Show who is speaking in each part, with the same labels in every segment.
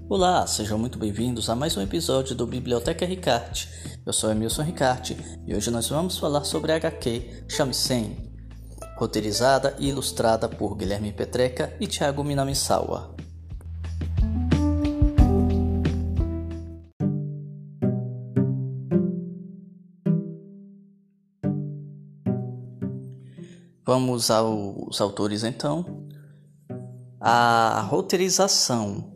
Speaker 1: Olá, sejam muito bem-vindos a mais um episódio do Biblioteca Ricarte. Eu sou Emilson Ricarte e hoje nós vamos falar sobre a HQ Shamisen, roteirizada e ilustrada por Guilherme Petreca e Thiago Minamisawa. Vamos aos autores então. A roteirização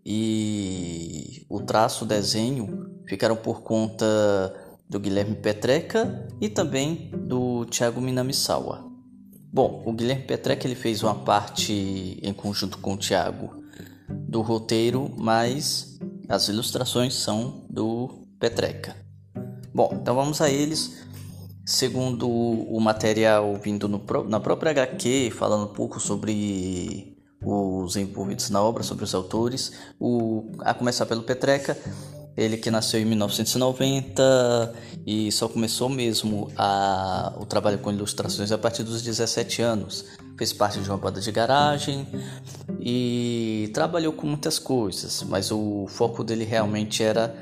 Speaker 1: e o desenho ficaram por conta do Guilherme Petreca e também do Thiago Minamisawa. Bom, o Guilherme Petreca ele fez uma parte em conjunto com o Thiago do roteiro, mas as ilustrações são do Petreca. Bom, então vamos a eles. Segundo o material vindo na própria HQ, falando um pouco sobre os envolvidos na obra, sobre os autores, a começar pelo Petreca, ele que nasceu em 1990 e só começou mesmo o trabalho com ilustrações a partir dos 17 anos. Fez parte de uma banda de garagem e trabalhou com muitas coisas, mas o foco dele realmente era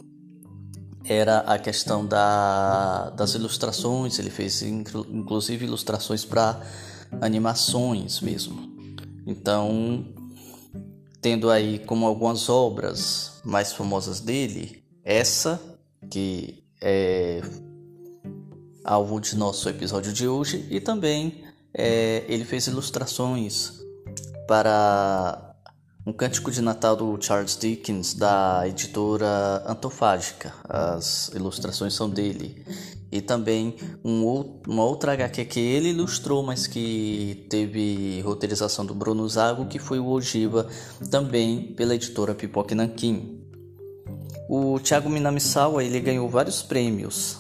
Speaker 1: a questão das ilustrações. Ele fez inclusive ilustrações para animações mesmo. Então, tendo aí como algumas obras mais famosas dele, essa que é alvo de nosso episódio de hoje, e também ele fez ilustrações para um Cântico de Natal do Charles Dickens, da editora Antofágica. As ilustrações são dele. E também uma outra HQ que ele ilustrou, mas que teve roteirização do Bruno Zago, que foi o Ogiva, também pela editora Pipoca Nanquim. O Thiago Minamisawa ele ganhou vários prêmios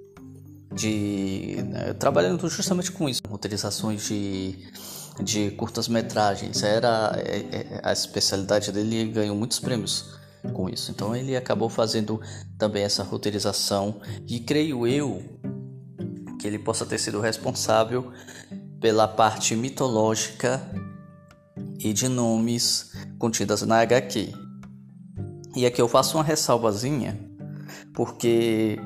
Speaker 1: trabalhando justamente com isso, roteirizações de curtas-metragens. Era a especialidade dele e ganhou muitos prêmios com isso. Então ele acabou fazendo também essa roteirização e creio eu que ele possa ter sido responsável pela parte mitológica e de nomes contidas na HQ. E aqui eu faço uma ressalvazinha, porque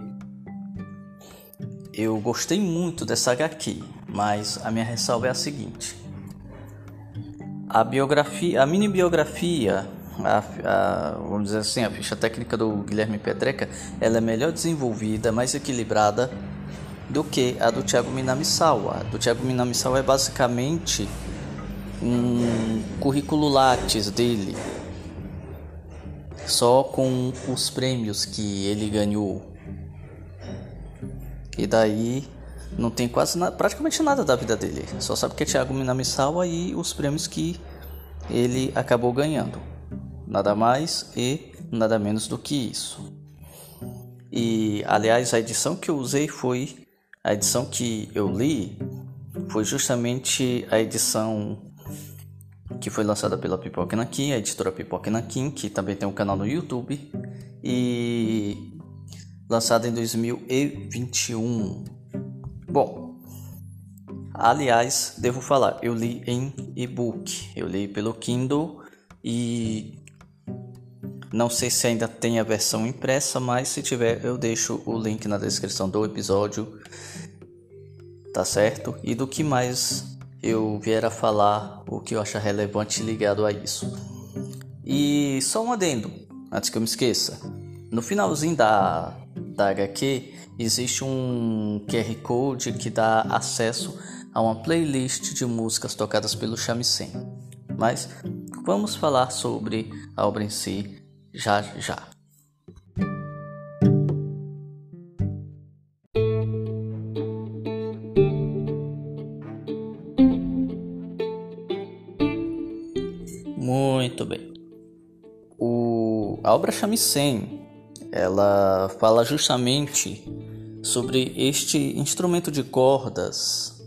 Speaker 1: eu gostei muito dessa HQ, mas a minha ressalva é a seguinte: a mini biografia, vamos dizer assim, a ficha técnica do Guilherme Petreca, ela é melhor desenvolvida, mais equilibrada do que a do Thiago Minamisawa. A do Thiago Minamisawa é basicamente um currículo Lattes dele, só com os prêmios que ele ganhou. E daí não tem praticamente nada da vida dele. Só sabe que é Thiago Minamisawa e os prêmios que ele acabou ganhando. Nada mais e nada menos do que isso. E, aliás, a edição que eu usei foi a edição que eu li, foi justamente a edição que foi lançada pela Pipoca Nanquim, a editora Pipoca Nanquim, que também tem um canal no YouTube, e lançada em 2021. Bom, aliás, devo falar, eu li em e-book, eu li pelo Kindle e não sei se ainda tem a versão impressa, mas se tiver eu deixo o link na descrição do episódio, tá certo? E do que mais eu vier a falar, o que eu achar relevante ligado a isso. E só um adendo, antes que eu me esqueça, no finalzinho da HQ existe um QR Code que dá acesso a uma playlist de músicas tocadas pelo Shamisen. Mas vamos falar sobre a obra em si já. Muito bem. A obra Shamisen, ela fala justamente sobre este instrumento de cordas,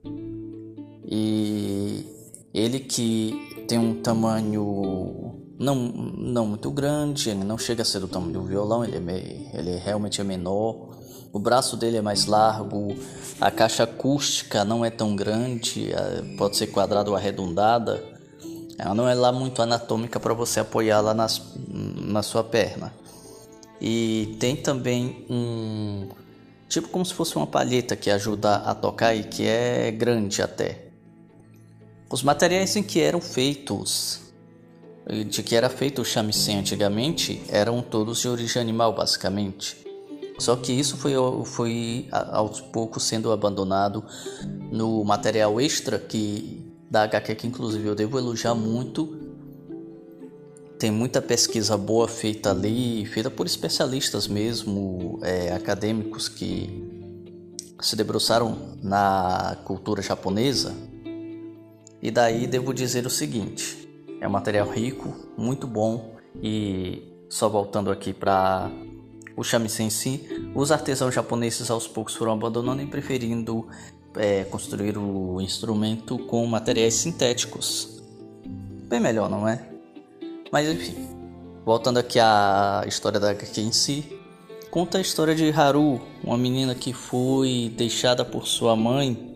Speaker 1: e ele que tem um tamanho não muito grande, ele não chega a ser do tamanho do violão, ele realmente é menor, o braço dele é mais largo, a caixa acústica não é tão grande, pode ser quadrada ou arredondada, Ela não é lá muito anatômica para você apoiar lá na sua perna. E tem também um tipo como se fosse uma palheta que ajuda a tocar e que é grande até. Os materiais em que eram feitos, de que era feito o shamisen antigamente, eram todos de origem animal basicamente. Só que isso foi aos poucos sendo abandonado no material extra da HQ, que inclusive eu devo elogiar muito. Tem muita pesquisa boa feita ali, feita por especialistas mesmo, acadêmicos que se debruçaram na cultura japonesa. E daí devo dizer o seguinte: é um material rico, muito bom. E só voltando aqui para o shamisen em si, os artesãos japoneses aos poucos foram abandonando e preferindo construir o instrumento com materiais sintéticos. Bem melhor, não é? Mas enfim, voltando aqui à história da HQ em si, conta a história de Haru, uma menina que foi deixada por sua mãe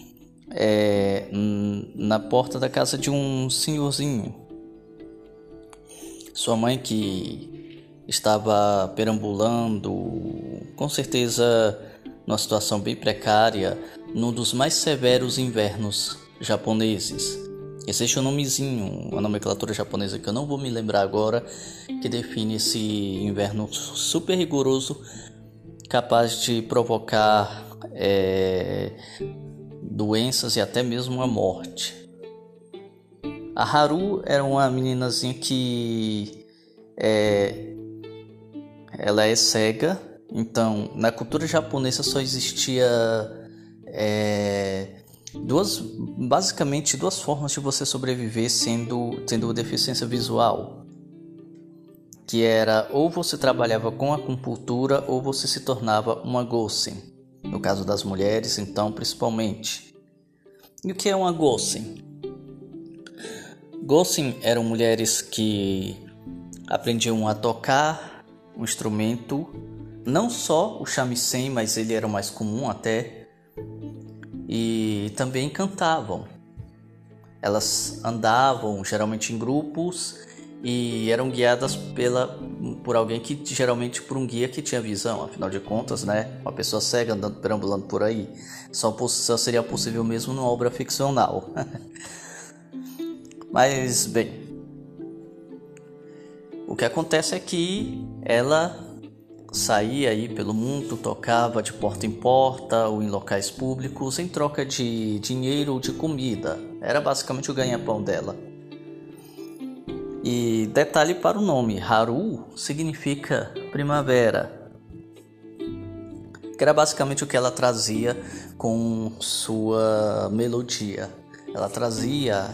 Speaker 1: na porta da casa de um senhorzinho. Sua mãe, que estava perambulando, com certeza numa situação bem precária, num dos mais severos invernos japoneses. Existe um nomezinho, uma nomenclatura japonesa que eu não vou me lembrar agora, que define esse inverno super rigoroso, capaz de provocar doenças e até mesmo a morte. A Haru era uma meninazinha que ela é cega. Então, na cultura japonesa só existia basicamente duas formas de você sobreviver tendo deficiência visual, que era ou você trabalhava com acupuntura ou você se tornava uma gosen, no caso das mulheres, então, principalmente. E o que é uma gosen? Gosen eram mulheres que aprendiam a tocar um instrumento, não só o shamisen, mas ele era o mais comum até, e também cantavam. Elas andavam geralmente em grupos e eram guiadas por alguém que geralmente por um guia que tinha visão. Afinal de contas, né, uma pessoa cega andando, perambulando por aí só seria possível mesmo numa obra ficcional. Mas bem, o que acontece é que ela saía aí pelo mundo, tocava de porta em porta ou em locais públicos em troca de dinheiro ou de comida. Era basicamente o ganha-pão dela. E detalhe para o nome, Haru significa primavera, que era basicamente o que ela trazia com sua melodia. Ela trazia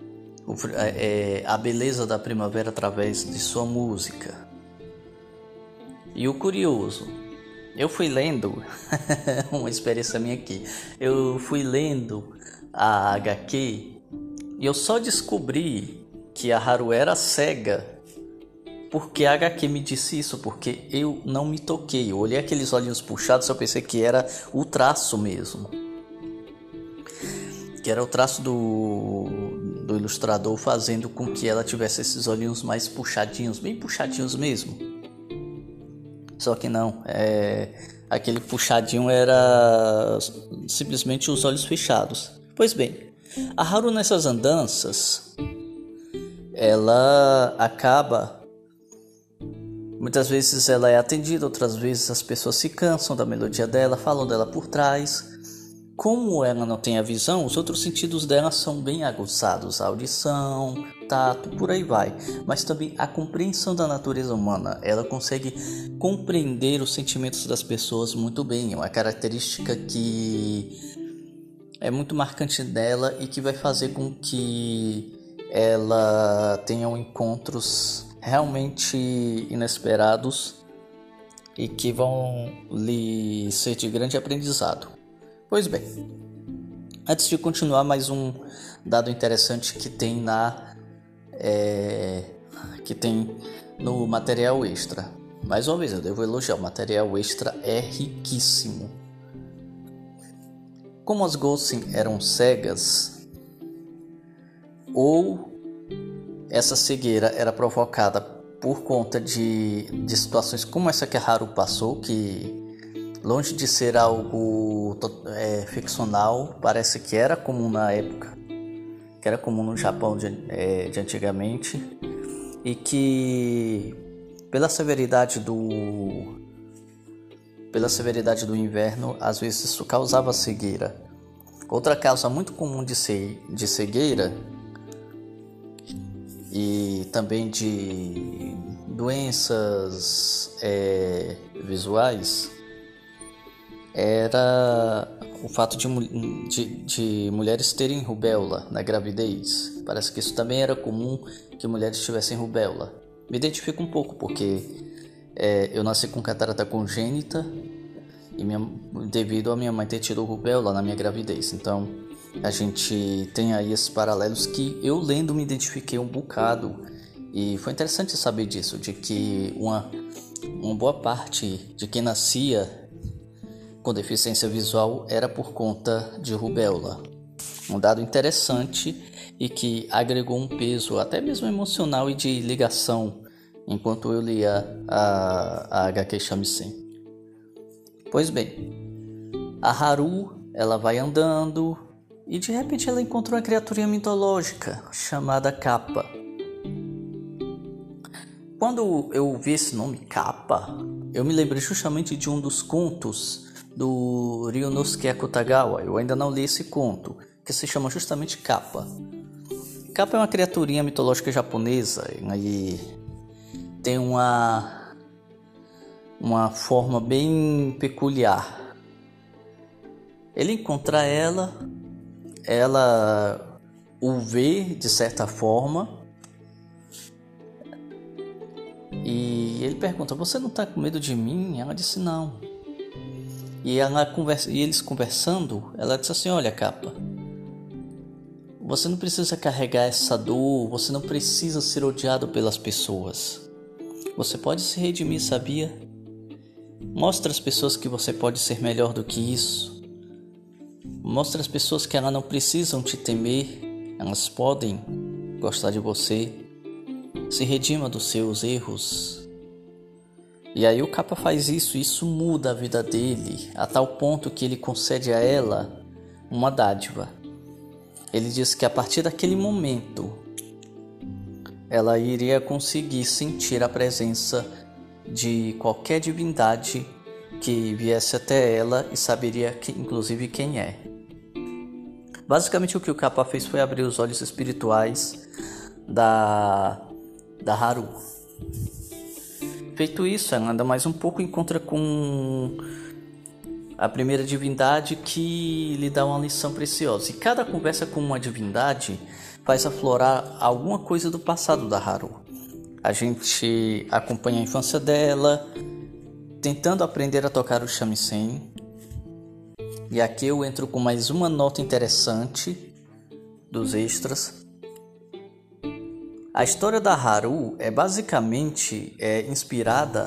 Speaker 1: a beleza da primavera através de sua música. E o curioso, eu fui lendo, uma experiência minha aqui, eu fui lendo a HQ e eu só descobri que a Haru era cega porque a HQ me disse isso, porque eu não me toquei. Eu olhei aqueles olhinhos puxados e eu pensei que era o traço mesmo. Que era o traço do ilustrador fazendo com que ela tivesse esses olhinhos mais puxadinhos, bem puxadinhos mesmo. Só que não, aquele puxadinho era simplesmente os olhos fechados. Pois bem, a Haru nessas andanças, ela acaba, muitas vezes ela é atendida, outras vezes as pessoas se cansam da melodia dela, falam dela por trás. Como ela não tem a visão, os outros sentidos dela são bem aguçados, a audição, tato, por aí vai. Mas também a compreensão da natureza humana, ela consegue compreender os sentimentos das pessoas muito bem. É uma característica que é muito marcante dela e que vai fazer com que ela tenha encontros realmente inesperados e que vão lhe ser de grande aprendizado. Pois bem, antes de continuar, mais um dado interessante que tem no material extra. Mais uma vez, eu devo elogiar, o material extra é riquíssimo. Como as Gosen eram cegas, ou essa cegueira era provocada por conta de situações como essa que a Haru passou, que longe de ser algo ficcional, parece que era comum na época, que era comum no Japão de antigamente, e que pela severidade do inverno, às vezes isso causava cegueira. Outra causa muito comum de cegueira e também de doenças visuais era o fato de mulheres terem rubéola na gravidez. Parece que isso também era comum, que mulheres tivessem rubéola. Me identifico um pouco porque eu nasci com catarata congênita e devido a minha mãe ter tido rubéola na minha gravidez. Então a gente tem aí esses paralelos que eu lendo me identifiquei um bocado, e foi interessante saber disso, de que uma boa parte de quem nascia com deficiência visual era por conta de rubéola. Um dado interessante e que agregou um peso até mesmo emocional e de ligação enquanto eu lia a HQ Shamisen. Pois bem, a Haru, ela vai andando e de repente ela encontra uma criatura mitológica chamada Kappa. Quando eu vi esse nome, Kappa, eu me lembrei justamente de um dos contos do Ryunosuke Akutagawa. Eu ainda não li esse conto, que se chama justamente Kappa. Kappa é uma criaturinha mitológica japonesa e tem uma forma bem peculiar. Ele encontra ela o vê de certa forma e ele pergunta: "Você não está com medo de mim?" Ela disse: "Não." E eles conversando, ela disse assim: "Olha, Kappa, você não precisa carregar essa dor, você não precisa ser odiado pelas pessoas. Você pode se redimir, sabia? Mostra às pessoas que você pode ser melhor do que isso. Mostra às pessoas que elas não precisam te temer, elas podem gostar de você. Se redima dos seus erros." E aí o Kappa faz isso, e isso muda a vida dele, a tal ponto que ele concede a ela uma dádiva. Ele diz que a partir daquele momento, ela iria conseguir sentir a presença de qualquer divindade que viesse até ela e saberia inclusive quem é. Basicamente o que o Kappa fez foi abrir os olhos espirituais da Haru. Feito isso, ela anda mais um pouco e encontra com a primeira divindade, que lhe dá uma lição preciosa. E cada conversa com uma divindade faz aflorar alguma coisa do passado da Haru. A gente acompanha a infância dela, tentando aprender a tocar o shamisen. E aqui eu entro com mais uma nota interessante dos extras. A história da Haru é basicamente inspirada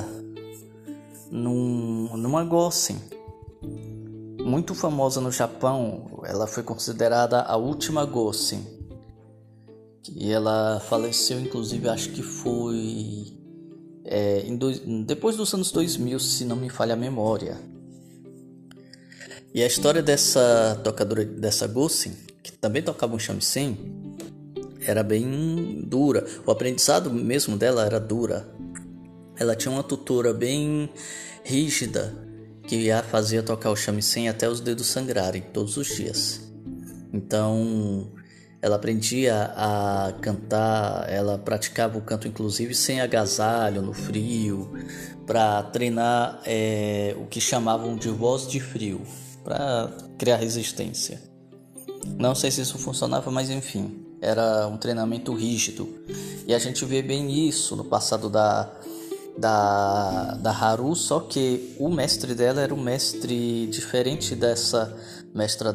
Speaker 1: numa Gosen, muito famosa no Japão. Ela foi considerada a última Gosen. E ela faleceu, inclusive, acho que foi depois dos anos 2000, se não me falha a memória. E a história dessa tocadora, dessa Gosen, que também tocava um shamisen, era bem dura. O aprendizado mesmo dela era dura. Ela tinha uma tutora bem rígida que a fazia tocar o shamisen até os dedos sangrarem todos os dias. Então ela aprendia a cantar, ela praticava o canto inclusive sem agasalho, no frio, para treinar o que chamavam de voz de frio, para criar resistência. Não sei se isso funcionava, mas enfim, era um treinamento rígido. E a gente vê bem isso no passado da Haru, só que o mestre dela era um mestre diferente dessa mestra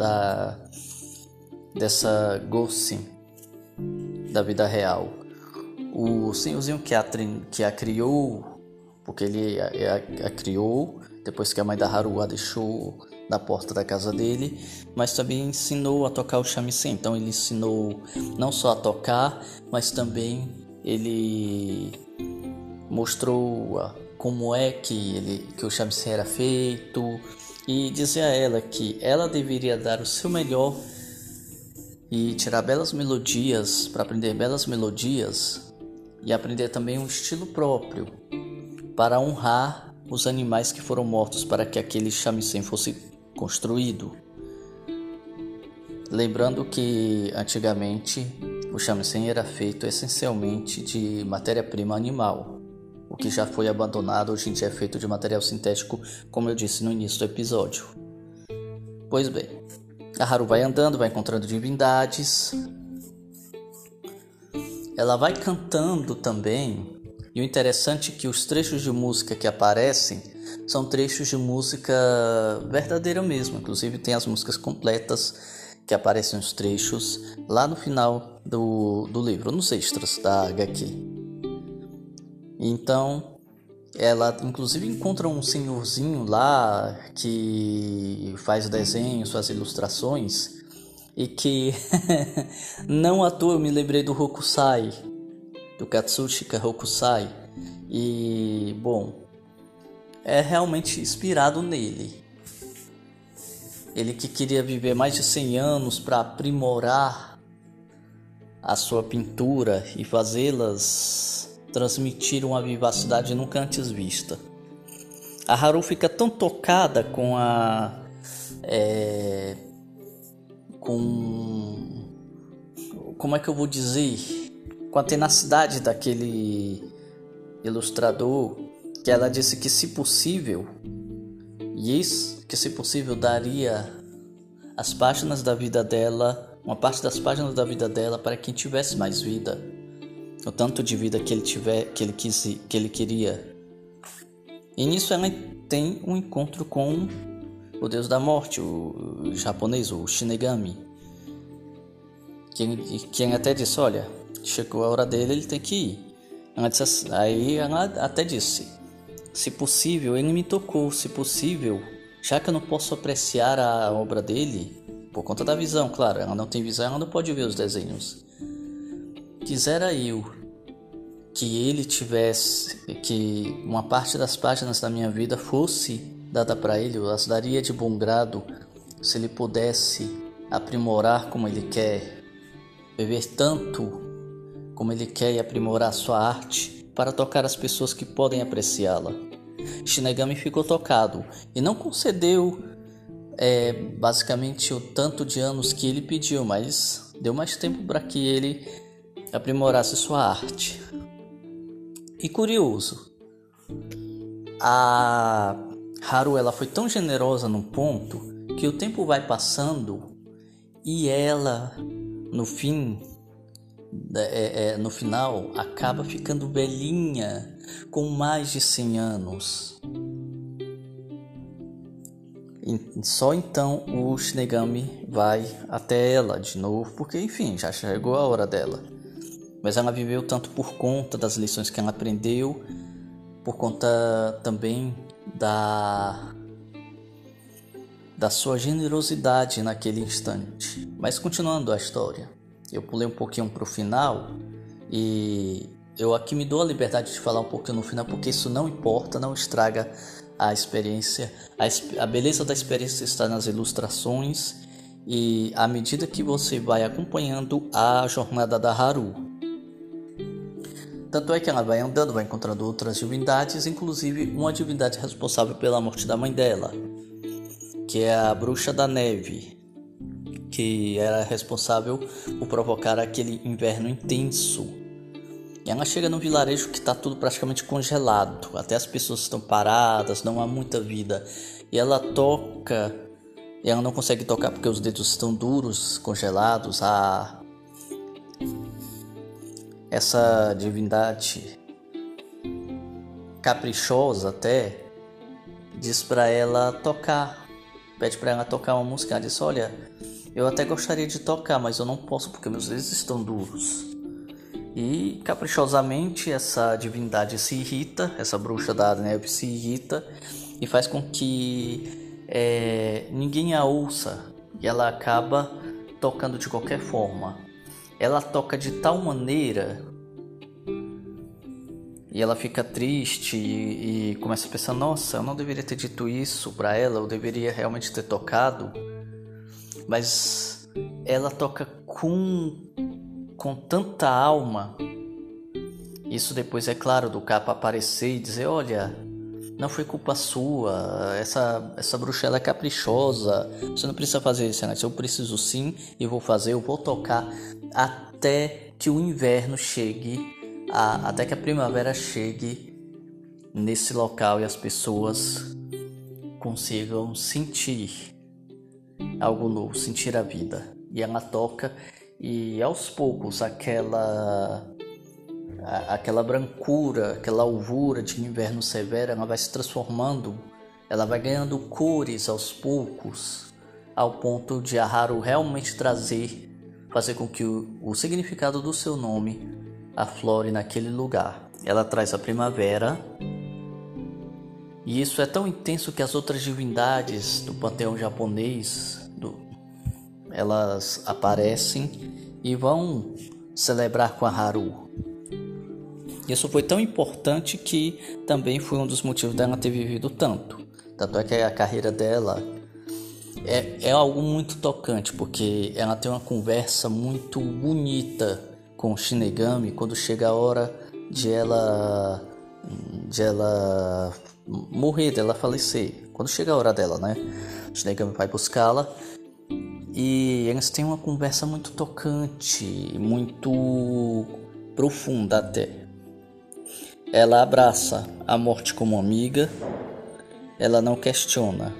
Speaker 1: dessa Gosen da vida real. O senhorzinho que a criou, porque ele a criou depois que a mãe da Haru a deixou da porta da casa dele, mas também ensinou a tocar o shamisen. Então ele ensinou não só a tocar, mas também ele mostrou como é que o shamisen era feito, e dizia a ela que ela deveria dar o seu melhor e tirar belas melodias, para aprender belas melodias e aprender também um estilo próprio para honrar os animais que foram mortos para que aquele shamisen fosse construído. Lembrando que antigamente o shamisen era feito essencialmente de matéria-prima animal. O que já foi abandonado hoje em dia é feito de material sintético, como eu disse no início do episódio. Pois bem, a Haru vai andando, vai encontrando divindades. Ela vai cantando também. E o interessante é que os trechos de música que aparecem são trechos de música verdadeira mesmo. Inclusive tem as músicas completas que aparecem os trechos lá no final do livro, nos extras da HQ. Então, ela inclusive encontra um senhorzinho lá que faz desenhos, faz ilustrações, e que não à toa eu me lembrei do Hokusai, do Katsushika Hokusai, e bom, é realmente inspirado nele. Ele que queria viver mais de 100 anos para aprimorar a sua pintura e fazê-las transmitir uma vivacidade nunca antes vista. A Haru fica tão tocada com como é que eu vou dizer, com a tenacidade daquele ilustrador, que ela disse que se possível daria as páginas da vida dela, uma parte das páginas da vida dela para quem tivesse mais vida, o tanto de vida que ele queria. E nisso ela tem um encontro com o deus da morte, o japonês, o Shinigami, quem até disse, olha, chegou a hora dele, ele tem que ir. Aí ela até disse, se possível, ele me tocou, se possível, já que eu não posso apreciar a obra dele, por conta da visão, claro, ela não tem visão, ela não pode ver os desenhos. Quisera eu que ele tivesse, que uma parte das páginas da minha vida fosse dada para ele, eu as daria de bom grado se ele pudesse aprimorar como ele quer, beber tanto como ele quer e aprimorar sua arte para tocar as pessoas que podem apreciá-la. Shinigami ficou tocado e não concedeu basicamente o tanto de anos que ele pediu, mas deu mais tempo para que ele aprimorasse sua arte. E curioso, a Haru ela foi tão generosa num ponto que o tempo vai passando e ela no final acaba ficando velhinha, com mais de 100 anos. E só então o Shinigami vai até ela de novo, porque enfim, já chegou a hora dela. Mas ela viveu tanto por conta das lições que ela aprendeu, por conta também da sua generosidade naquele instante. Mas continuando a história, eu pulei um pouquinho para o final e eu aqui me dou a liberdade de falar um pouquinho no final, porque isso não importa, não estraga a experiência. A beleza da experiência está nas ilustrações e à medida que você vai acompanhando a jornada da Haru. Tanto é que ela vai andando, vai encontrando outras divindades, inclusive uma divindade responsável pela morte da mãe dela, que é a Bruxa da Neve, que era responsável por provocar aquele inverno intenso. E ela chega num vilarejo que está tudo praticamente congelado, até as pessoas estão paradas, não há muita vida. E ela toca, e ela não consegue tocar porque os dedos estão duros, congelados. Essa divindade caprichosa até diz para ela tocar, pede para ela tocar uma música. Ela diz, olha, eu até gostaria de tocar, mas eu não posso porque meus dedos estão duros. E caprichosamente essa divindade se irrita, essa bruxa da neve se irrita e faz com que ninguém a ouça e ela acaba tocando de qualquer forma. Ela toca de tal maneira e ela fica triste e começa a pensar: nossa, eu não deveria ter dito isso para ela, eu deveria realmente ter tocado. Mas ela toca com tanta alma. Isso depois, é claro, do capa aparecer e dizer: olha, não foi culpa sua, essa bruxa ela é caprichosa, você não precisa fazer isso, né? Eu preciso sim e vou fazer, eu vou tocar até que o inverno chegue, até que a primavera chegue nesse local e as pessoas consigam sentir algo novo, sentir a vida. E ela toca e aos poucos aquela brancura, aquela alvura de inverno severo, ela vai se transformando, ela vai ganhando cores aos poucos, ao ponto de a Haru realmente fazer com que o significado do seu nome aflore naquele lugar. Ela traz a primavera, e isso é tão intenso que as outras divindades do panteão japonês, elas aparecem e vão celebrar com a Haru. Isso foi tão importante que também foi um dos motivos dela ter vivido tanto. Tanto é que a carreira dela é algo muito tocante, porque ela tem uma conversa muito bonita com o Shinigami quando chega a hora de ela morrer, dela falecer. Quando chega a hora dela, né? O Shinigami vai buscá-la e eles têm uma conversa muito tocante, muito profunda até. Ela abraça a morte como amiga, ela não questiona.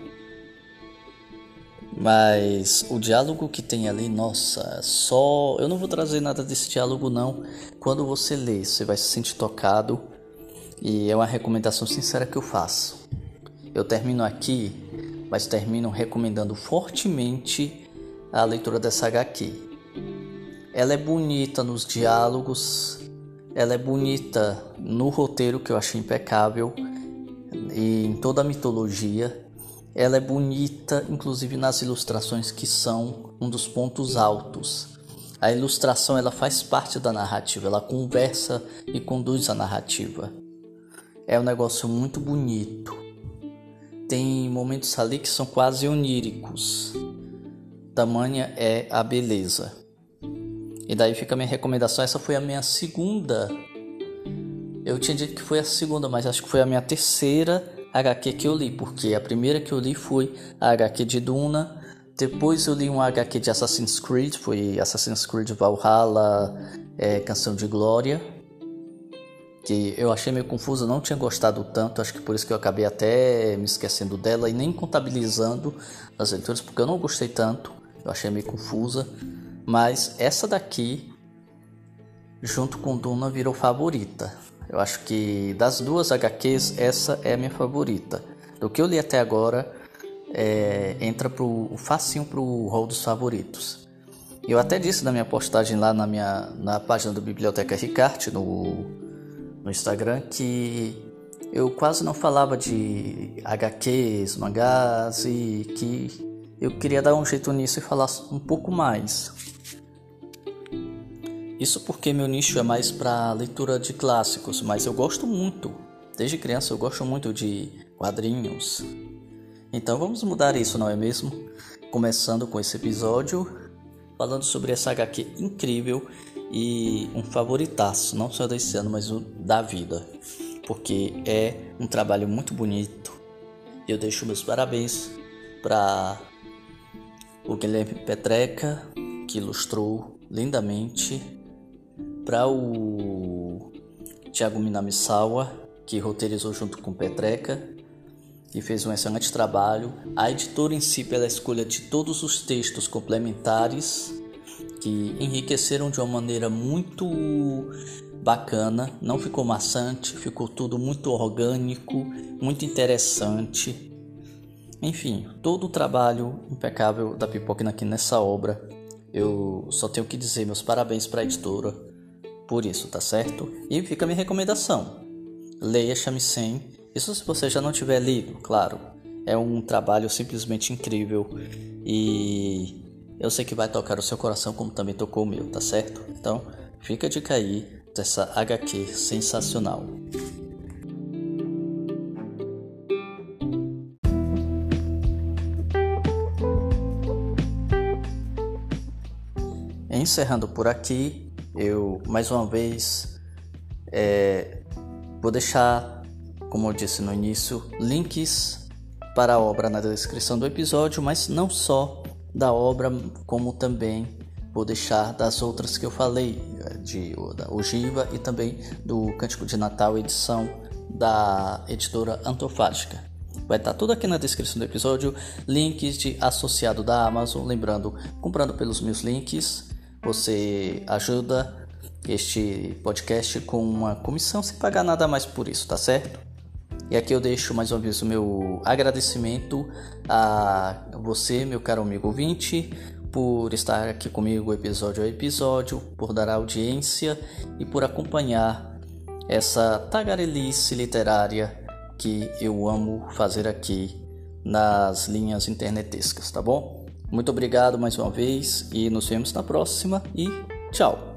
Speaker 1: Mas o diálogo que tem ali, nossa, eu não vou trazer nada desse diálogo não. Quando você lê, você vai se sentir tocado e é uma recomendação sincera que eu faço. Eu termino aqui, mas termino recomendando fortemente a leitura dessa HQ. Ela é bonita nos diálogos, ela é bonita no roteiro, que eu achei impecável, e em toda a mitologia. Ela é bonita, inclusive nas ilustrações, que são um dos pontos altos. A ilustração ela faz parte da narrativa, ela conversa e conduz a narrativa. É um negócio muito bonito. Tem momentos ali que são quase oníricos. Tamanha é a beleza. E daí fica a minha recomendação. Essa foi a minha segunda. Eu tinha dito que foi a segunda, mas acho que foi a minha terceira HQ que eu li, porque a primeira que eu li foi a HQ de Duna. Depois eu li um HQ de Assassin's Creed, foi Assassin's Creed Valhalla, Canção de Glória, que eu achei meio confuso, não tinha gostado tanto, acho que por isso que eu acabei até me esquecendo dela e nem contabilizando as leituras, porque eu não gostei tanto, eu achei meio confusa. Mas essa daqui, junto com Duna, virou favorita. Eu acho que das duas HQs, essa é a minha favorita. Do que eu li até agora, entra facinho pro hall dos favoritos. Eu até disse na minha postagem lá na página do Biblioteca Ricarte, no Instagram, que eu quase não falava de HQs, mangás, e que eu queria dar um jeito nisso e falar um pouco mais. Isso porque meu nicho é mais para leitura de clássicos, mas eu gosto muito, desde criança eu gosto muito de quadrinhos. Então vamos mudar isso, não é mesmo? Começando com esse episódio, falando sobre essa HQ incrível e um favoritaço, não só desse ano, mas da vida. Porque é um trabalho muito bonito. E eu deixo meus parabéns para o Guilherme Petreca, que ilustrou lindamente, para o Thiago Minamisawa, que roteirizou junto com Petreca e fez um excelente trabalho. A editora em si, pela escolha de todos os textos complementares que enriqueceram de uma maneira muito bacana, não ficou maçante, ficou tudo muito orgânico, muito interessante. Enfim, todo o trabalho impecável da Pipoca aqui nessa obra. Eu só tenho que dizer meus parabéns para a editora por isso, tá certo? E fica a minha recomendação: leia Shamisen. Isso se você já não tiver lido, claro. É um trabalho simplesmente incrível e eu sei que vai tocar o seu coração como também tocou o meu, tá certo? Então, fica a dica aí dessa HQ sensacional. Encerrando por aqui, eu mais uma vez vou deixar, como eu disse no início, links para a obra na descrição do episódio, mas não só da obra, como também vou deixar das outras que eu falei, da Ogiva e também do Cântico de Natal, edição da editora Antofágica. Vai estar tudo aqui na descrição do episódio, links de associado da Amazon. Lembrando, comprando pelos meus links, você ajuda este podcast com uma comissão sem pagar nada mais por isso, tá certo? E aqui eu deixo mais uma vez o meu agradecimento a você, meu caro amigo ouvinte, por estar aqui comigo episódio a episódio, por dar audiência e por acompanhar essa tagarelice literária que eu amo fazer aqui nas linhas internetescas, tá bom? Muito obrigado mais uma vez e nos vemos na próxima e tchau!